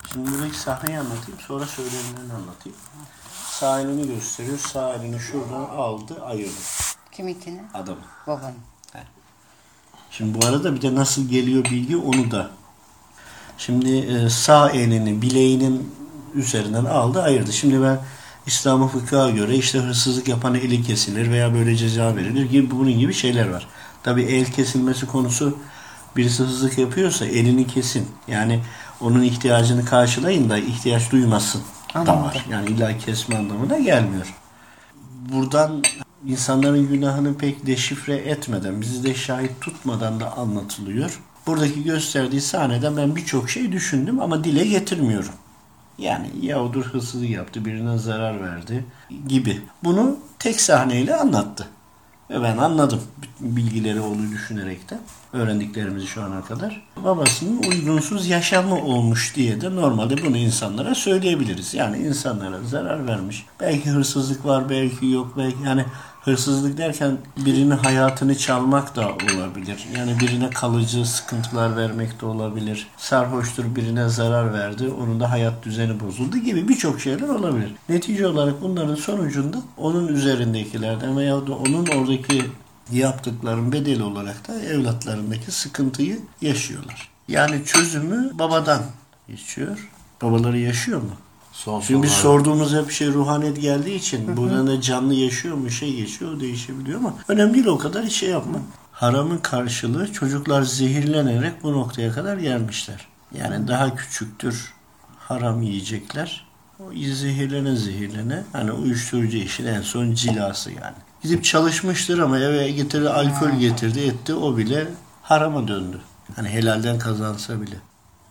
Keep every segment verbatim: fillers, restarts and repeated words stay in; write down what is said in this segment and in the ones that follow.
Şimdi buradaki sahneyi anlatayım, sonra söylenenlerini anlatayım. Sağ elini gösteriyor, sağ elini şuradan aldı, ayırdı. Kiminkini? Adamı. Babanın. Şimdi bu arada bir de nasıl geliyor bilgi onu da. Şimdi e, sağ elini bileğinin üzerinden aldı, ayırdı. Şimdi ben İslam-ı fıkha göre işte hırsızlık yapan eli kesilir veya böyle ceza verilir gibi bunun gibi şeyler var. Tabii el kesilmesi konusu, birisi hırsızlık yapıyorsa elini kesin. Yani onun ihtiyacını karşılayın da ihtiyaç duymasın da var. Yani illa kesme anlamına gelmiyor. Buradan insanların günahını pek deşifre etmeden, bizi de şahit tutmadan da anlatılıyor. Buradaki gösterdiği sahneden ben birçok şey düşündüm ama dile getirmiyorum. Yani yahudur hırsızlık yaptı, birine zarar verdi gibi. Bunu tek sahneyle anlattı. Ve ben anladım. Bütün bilgileri olduğu düşünerekten. Öğrendiklerimizi şu ana kadar. Babasının uygunsuz yaşamı olmuş diye de normalde bunu insanlara söyleyebiliriz. Yani insanlara zarar vermiş. Belki hırsızlık var, belki yok. Belki yani hırsızlık derken birinin hayatını çalmak da olabilir. Yani birine kalıcı sıkıntılar vermek de olabilir. Sarhoştur, birine zarar verdi. Onun da hayat düzeni bozuldu gibi birçok şeyler olabilir. Netice olarak bunların sonucunda onun üzerindekilerden veya da onun oradaki yaptıkların bedeli olarak da evlatlarındaki sıkıntıyı yaşıyorlar. Yani çözümü babadan geçiyor. Babaları yaşıyor mu? Son Çünkü biz sonlar- sorduğumuz hep şey ruhaniyet geldiği için buradan da canlı yaşıyor mu, şey geçiyor, o değişebiliyor ama önemli değil, o kadar hiç şey yapma. Haramın karşılığı çocuklar zehirlenerek bu noktaya kadar gelmişler. Yani daha küçüktür haram yiyecekler. O zehirlene zehirlene hani uyuşturucu işin en son cilası yani. Gidip çalışmıştır ama eve getirdi, alkol getirdi, etti, o bile harama döndü. Hani helalden kazansa bile.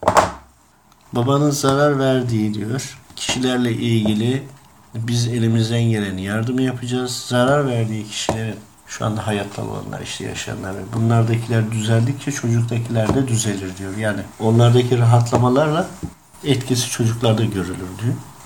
Babanın zarar verdiği diyor. Kişilerle ilgili biz elimizden geleni yardım yapacağız. Zarar verdiği kişilerin şu anda hayatta olanlar, işte yaşayanlar, bunlardakiler düzeldikçe çocuktakiler de düzelir diyor. Yani onlardaki rahatlamalarla etkisi çocuklarda görülür diyor.